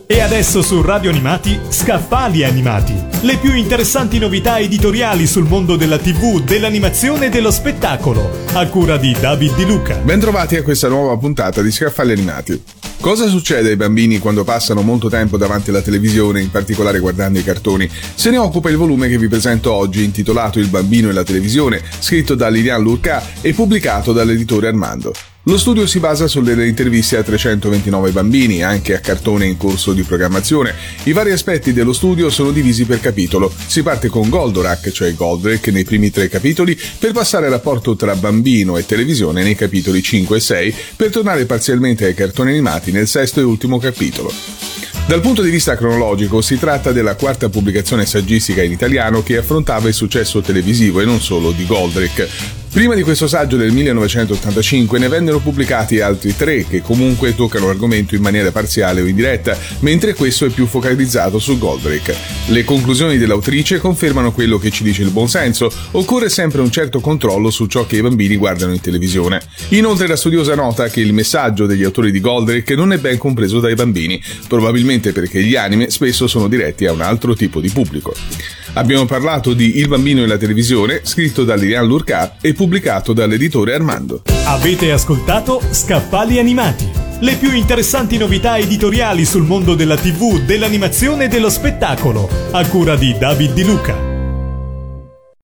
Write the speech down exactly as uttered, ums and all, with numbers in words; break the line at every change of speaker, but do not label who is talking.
E adesso su Radio Animati, Scaffali Animati. Le più interessanti novità editoriali sul mondo della tivù, dell'animazione e dello spettacolo, a cura di David Di Luca.
Bentrovati a questa nuova puntata di Scaffali Animati. Cosa succede ai bambini quando passano molto tempo davanti alla televisione, in particolare guardando i cartoni? Se ne occupa il volume che vi presento oggi, intitolato Il bambino e la televisione, scritto da Liliane Lurca e pubblicato dall'editore Armando. Lo studio si basa sulle interviste a trecentoventinove bambini, anche a cartone in corso di programmazione. I vari aspetti dello studio sono divisi per capitolo. Si parte con Goldorak, cioè Goldrake, nei primi tre capitoli, per passare al rapporto tra bambino e televisione nei capitoli cinque e sei, per tornare parzialmente ai cartoni animati nel sesto e ultimo capitolo. Dal punto di vista cronologico si tratta della quarta pubblicazione saggistica in italiano che affrontava il successo televisivo e non solo di Goldrake. Prima di questo saggio del millenovecentottantacinque ne vennero pubblicati altri tre che comunque toccano l'argomento in maniera parziale o indiretta, mentre questo è più focalizzato su Goldrake. Le conclusioni dell'autrice confermano quello che ci dice il buonsenso: occorre sempre un certo controllo su ciò che i bambini guardano in televisione. Inoltre la studiosa nota che il messaggio degli autori di Goldrake non è ben compreso dai bambini, probabilmente perché gli anime spesso sono diretti a un altro tipo di pubblico. Abbiamo parlato di Il bambino e la televisione, scritto da Liliane Lurca e pubblicato dall'editore Armando.
Avete ascoltato Scaffali Animati, le più interessanti novità editoriali sul mondo della tivù, dell'animazione e dello spettacolo, a cura di David Di Luca.